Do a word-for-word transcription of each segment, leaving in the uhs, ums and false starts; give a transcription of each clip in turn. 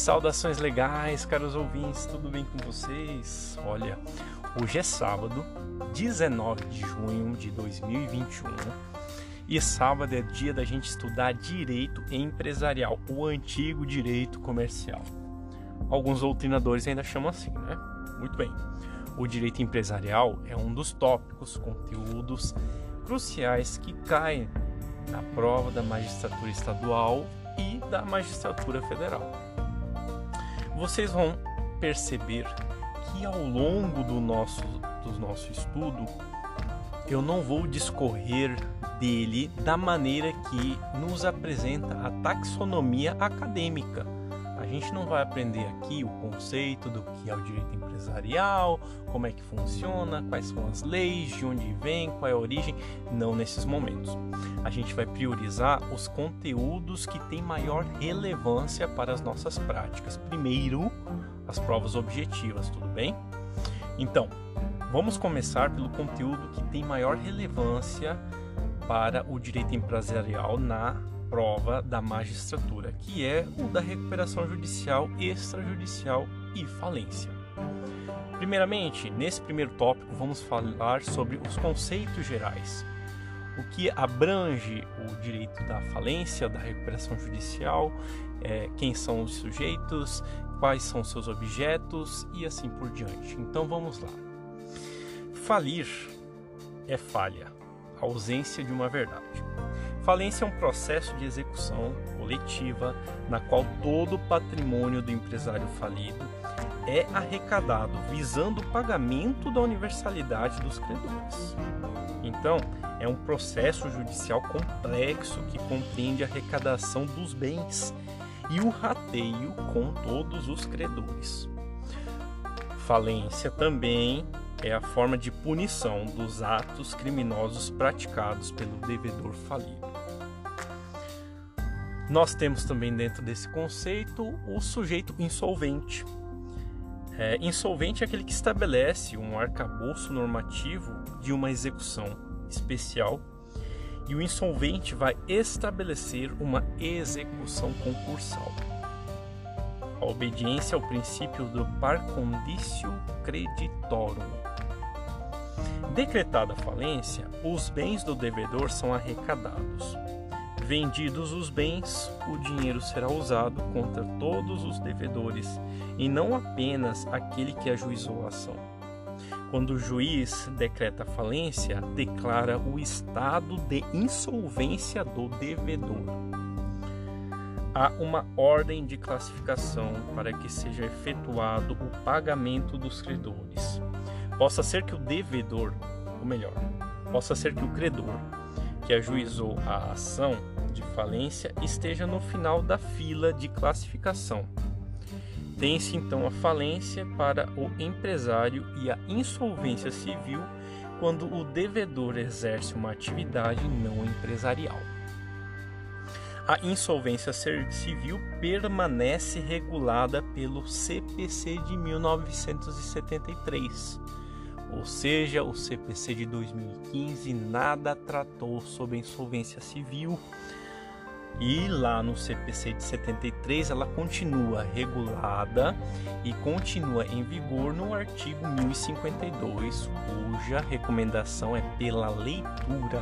Saudações legais, caros ouvintes, tudo bem com vocês? Olha, hoje é sábado, dezenove de junho de dois mil e vinte e um, e sábado é dia da gente estudar direito empresarial, o antigo direito comercial. Alguns doutrinadores ainda chamam assim, né? Muito bem. O direito empresarial é um dos tópicos, conteúdos cruciais que caem na prova da magistratura estadual e da magistratura federal. Vocês vão perceber que ao longo do nosso, do nosso estudo eu não vou discorrer dele da maneira que nos apresenta a taxonomia acadêmica. A gente não vai aprender aqui o conceito do que é o direito empresarial, como é que funciona, quais são as leis, de onde vem, qual é a origem, não nesses momentos. A gente vai priorizar os conteúdos que têm maior relevância para as nossas práticas. Primeiro, as provas objetivas, tudo bem? Então, vamos começar pelo conteúdo que tem maior relevância para o direito empresarial na prova da magistratura, que é o da recuperação judicial, extrajudicial e falência. Primeiramente, nesse primeiro tópico, vamos falar sobre os conceitos gerais. O que abrange o direito da falência, da recuperação judicial, é, quem são os sujeitos, quais são seus objetos e assim por diante. Então vamos lá. Falir é falha, ausência de uma verdade. Falência é um processo de execução coletiva na qual todo o patrimônio do empresário falido é arrecadado visando o pagamento da universalidade dos credores. Então, é um processo judicial complexo que compreende a arrecadação dos bens e o rateio com todos os credores. Falência também é a forma de punição dos atos criminosos praticados pelo devedor falido. Nós temos também dentro desse conceito o sujeito insolvente. É, insolvente é aquele que estabelece um arcabouço normativo de uma execução especial e o insolvente vai estabelecer uma execução concursal. A obediência ao princípio do par condicio creditorum. Decretada a falência, os bens do devedor são arrecadados. Vendidos os bens, o dinheiro será usado contra todos os devedores e não apenas aquele que ajuizou a ação. Quando o juiz decreta a falência, declara o estado de insolvência do devedor. Há uma ordem de classificação para que seja efetuado o pagamento dos credores. Possa ser que o devedor, ou melhor, possa ser que o credor que ajuizou a ação de falência esteja no final da fila de classificação. Tem-se então a falência para o empresário e a insolvência civil quando o devedor exerce uma atividade não empresarial. A insolvência civil permanece regulada pelo C P C de mil novecentos e setenta e três. Ou seja, o C P C de dois mil e quinze nada tratou sobre a insolvência civil e lá no C P C de setenta e três ela continua regulada e continua em vigor no artigo mil e cinquenta e dois, cuja recomendação é pela leitura.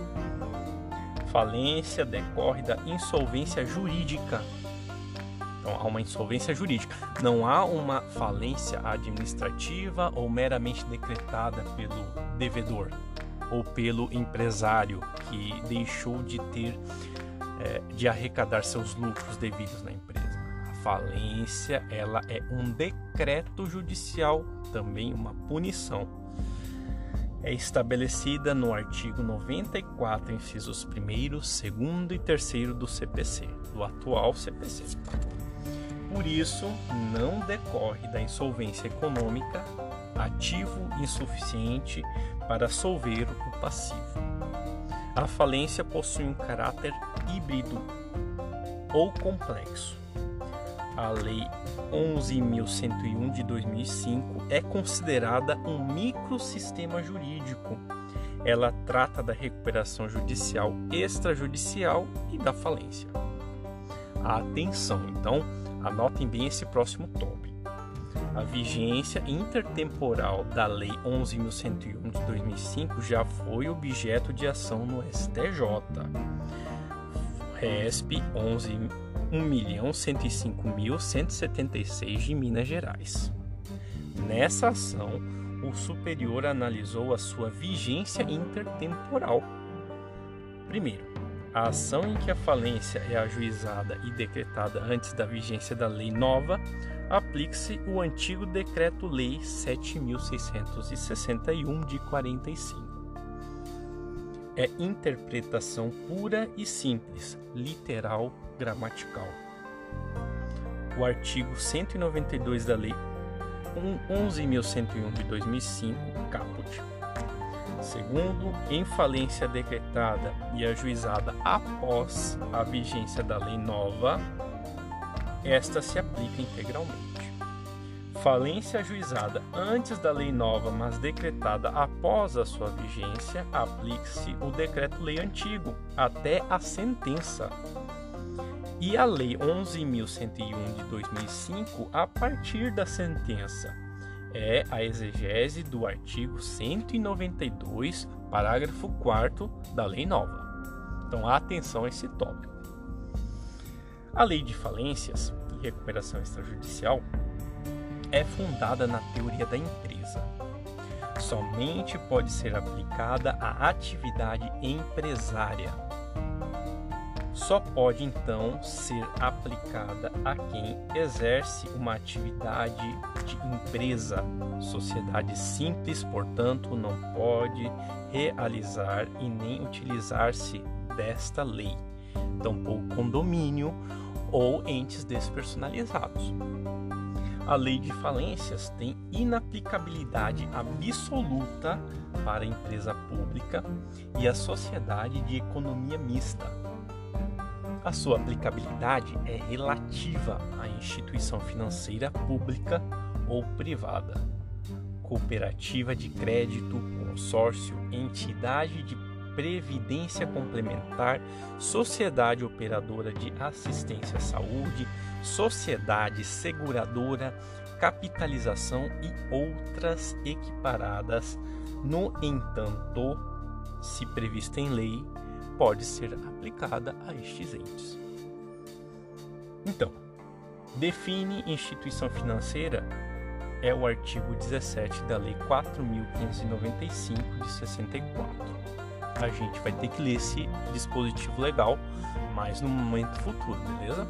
Falência decorre da insolvência jurídica. Então, há uma insolvência jurídica. Não há uma falência administrativa ou meramente decretada pelo devedor ou pelo empresário que deixou de ter, é, de arrecadar seus lucros devidos na empresa. A falência, ela é um decreto judicial, também uma punição. É estabelecida no artigo noventa e quatro, incisos primeiro, segundo e terceiro do C P C, do atual C P C. Por isso, não decorre da insolvência econômica ativo insuficiente para solver o passivo. A falência possui um caráter híbrido ou complexo. A Lei onze mil cento e um de dois mil e cinco é considerada um microsistema jurídico. Ela trata da recuperação judicial extrajudicial e da falência. Atenção, então, Anotem bem esse próximo tópico. A vigência intertemporal da Lei onze mil cento e um de dois mil e cinco já foi objeto de ação no S T J. RESP um milhão cento e cinco mil cento e setenta e seis de Minas Gerais. Nessa ação, o superior analisou a sua vigência intertemporal. Primeiro, a ação em que a falência é ajuizada e decretada antes da vigência da lei nova, aplique-se o antigo Decreto-Lei sete mil seiscentos e sessenta e um de quarenta e cinco. É interpretação pura e simples, literal, gramatical. O artigo cento e noventa e dois da Lei onze mil cento e um de dois mil e cinco, caput. Segundo, em falência decretada e ajuizada após a vigência da lei nova, esta se aplica integralmente. Falência ajuizada antes da lei nova, mas decretada após a sua vigência, aplique-se o decreto-lei antigo até a sentença. E a Lei onze mil cento e um de dois mil e cinco a partir da sentença. É a exegese do artigo cento e noventa e dois, parágrafo quarto da Lei Nova. Então, atenção a esse tópico. A Lei de Falências e Recuperação Extrajudicial é fundada na teoria da empresa. Somente pode ser aplicada à atividade empresária. Só pode, então, ser aplicada a quem exerce uma atividade de empresa. Sociedade simples, portanto, não pode realizar e nem utilizar-se desta lei, tampouco condomínio ou entes despersonalizados. A lei de falências tem inaplicabilidade absoluta para a empresa pública e a sociedade de economia mista. A sua aplicabilidade é relativa à instituição financeira pública ou privada, cooperativa de crédito, consórcio, entidade de previdência complementar, sociedade operadora de assistência à saúde, sociedade seguradora, capitalização e outras equiparadas. No entanto, se prevista em lei, pode ser aplicada a estes entes. Então, define instituição financeira é o artigo dezessete da Lei quatro mil quinhentos e noventa e cinco de sessenta e quatro. A gente vai ter que ler esse dispositivo legal, mas no momento futuro, beleza?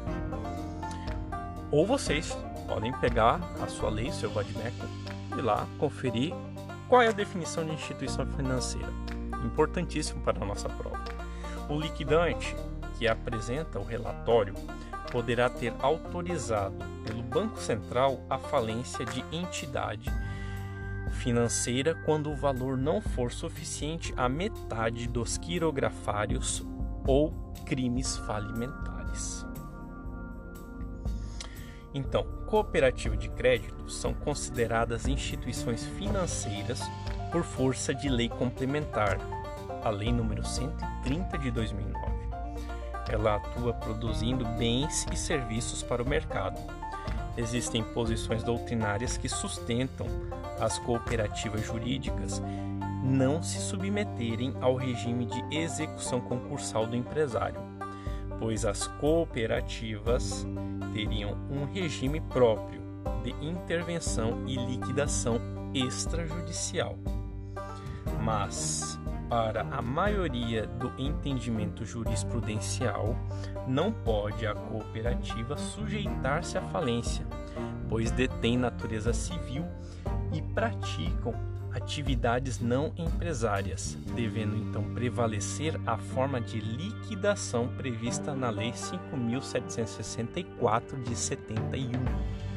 Ou vocês podem pegar a sua lei, seu vadimeco, e lá conferir qual é a definição de instituição financeira. Importantíssimo para a nossa prova. O liquidante que apresenta o relatório poderá ter autorizado pelo Banco Central a falência de entidade financeira quando o valor não for suficiente à metade dos quirografários ou crimes falimentares. Então, cooperativa de crédito são consideradas instituições financeiras por força de lei complementar, a Lei número cento e trinta de dois mil e nove. Ela atua produzindo bens e serviços para o mercado. Existem posições doutrinárias que sustentam as cooperativas jurídicas não se submeterem ao regime de execução concursal do empresário, pois as cooperativas teriam um regime próprio de intervenção e liquidação extrajudicial. Mas, para a maioria do entendimento jurisprudencial, não pode a cooperativa sujeitar-se à falência, pois detém natureza civil e praticam atividades não empresárias, devendo então prevalecer a forma de liquidação prevista na Lei cinco mil setecentos e sessenta e quatro de setenta e um.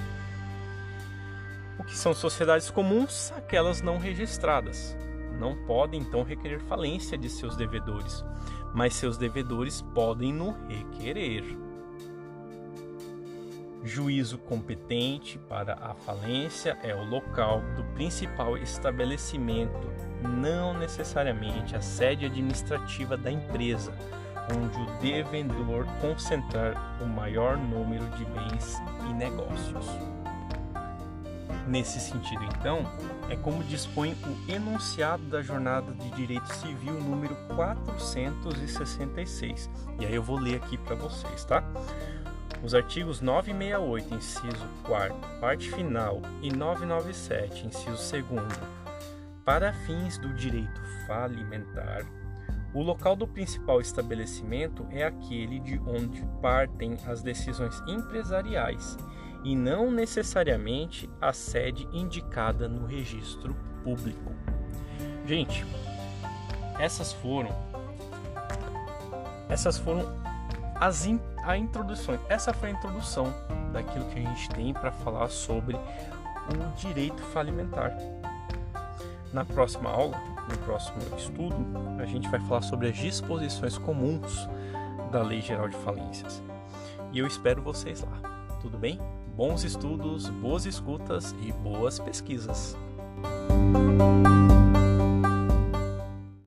O que são sociedades comuns? Aquelas não registradas. Não podem então requerer falência de seus devedores, mas seus devedores podem no requerer. Juízo competente para a falência é o local do principal estabelecimento, não necessariamente a sede administrativa da empresa, onde o devedor concentrar o maior número de bens e negócios. Nesse sentido, então, é como dispõe o enunciado da Jornada de Direito Civil número quatrocentos e sessenta e seis. E aí eu vou ler aqui para vocês, tá? Os artigos novecentos e sessenta e oito, inciso quarto, parte final, e novecentos e noventa e sete, inciso segundo, para fins do direito falimentar, o local do principal estabelecimento é aquele de onde partem as decisões empresariais e não necessariamente a sede indicada no registro público. Gente, essas foram essas foram as in, a introduções. Essa foi a introdução daquilo que a gente tem para falar sobre o direito falimentar. Na próxima aula, no próximo estudo, a gente vai falar sobre as disposições comuns da Lei Geral de Falências. E eu espero vocês lá. Tudo bem? Bons estudos, boas escutas e boas pesquisas.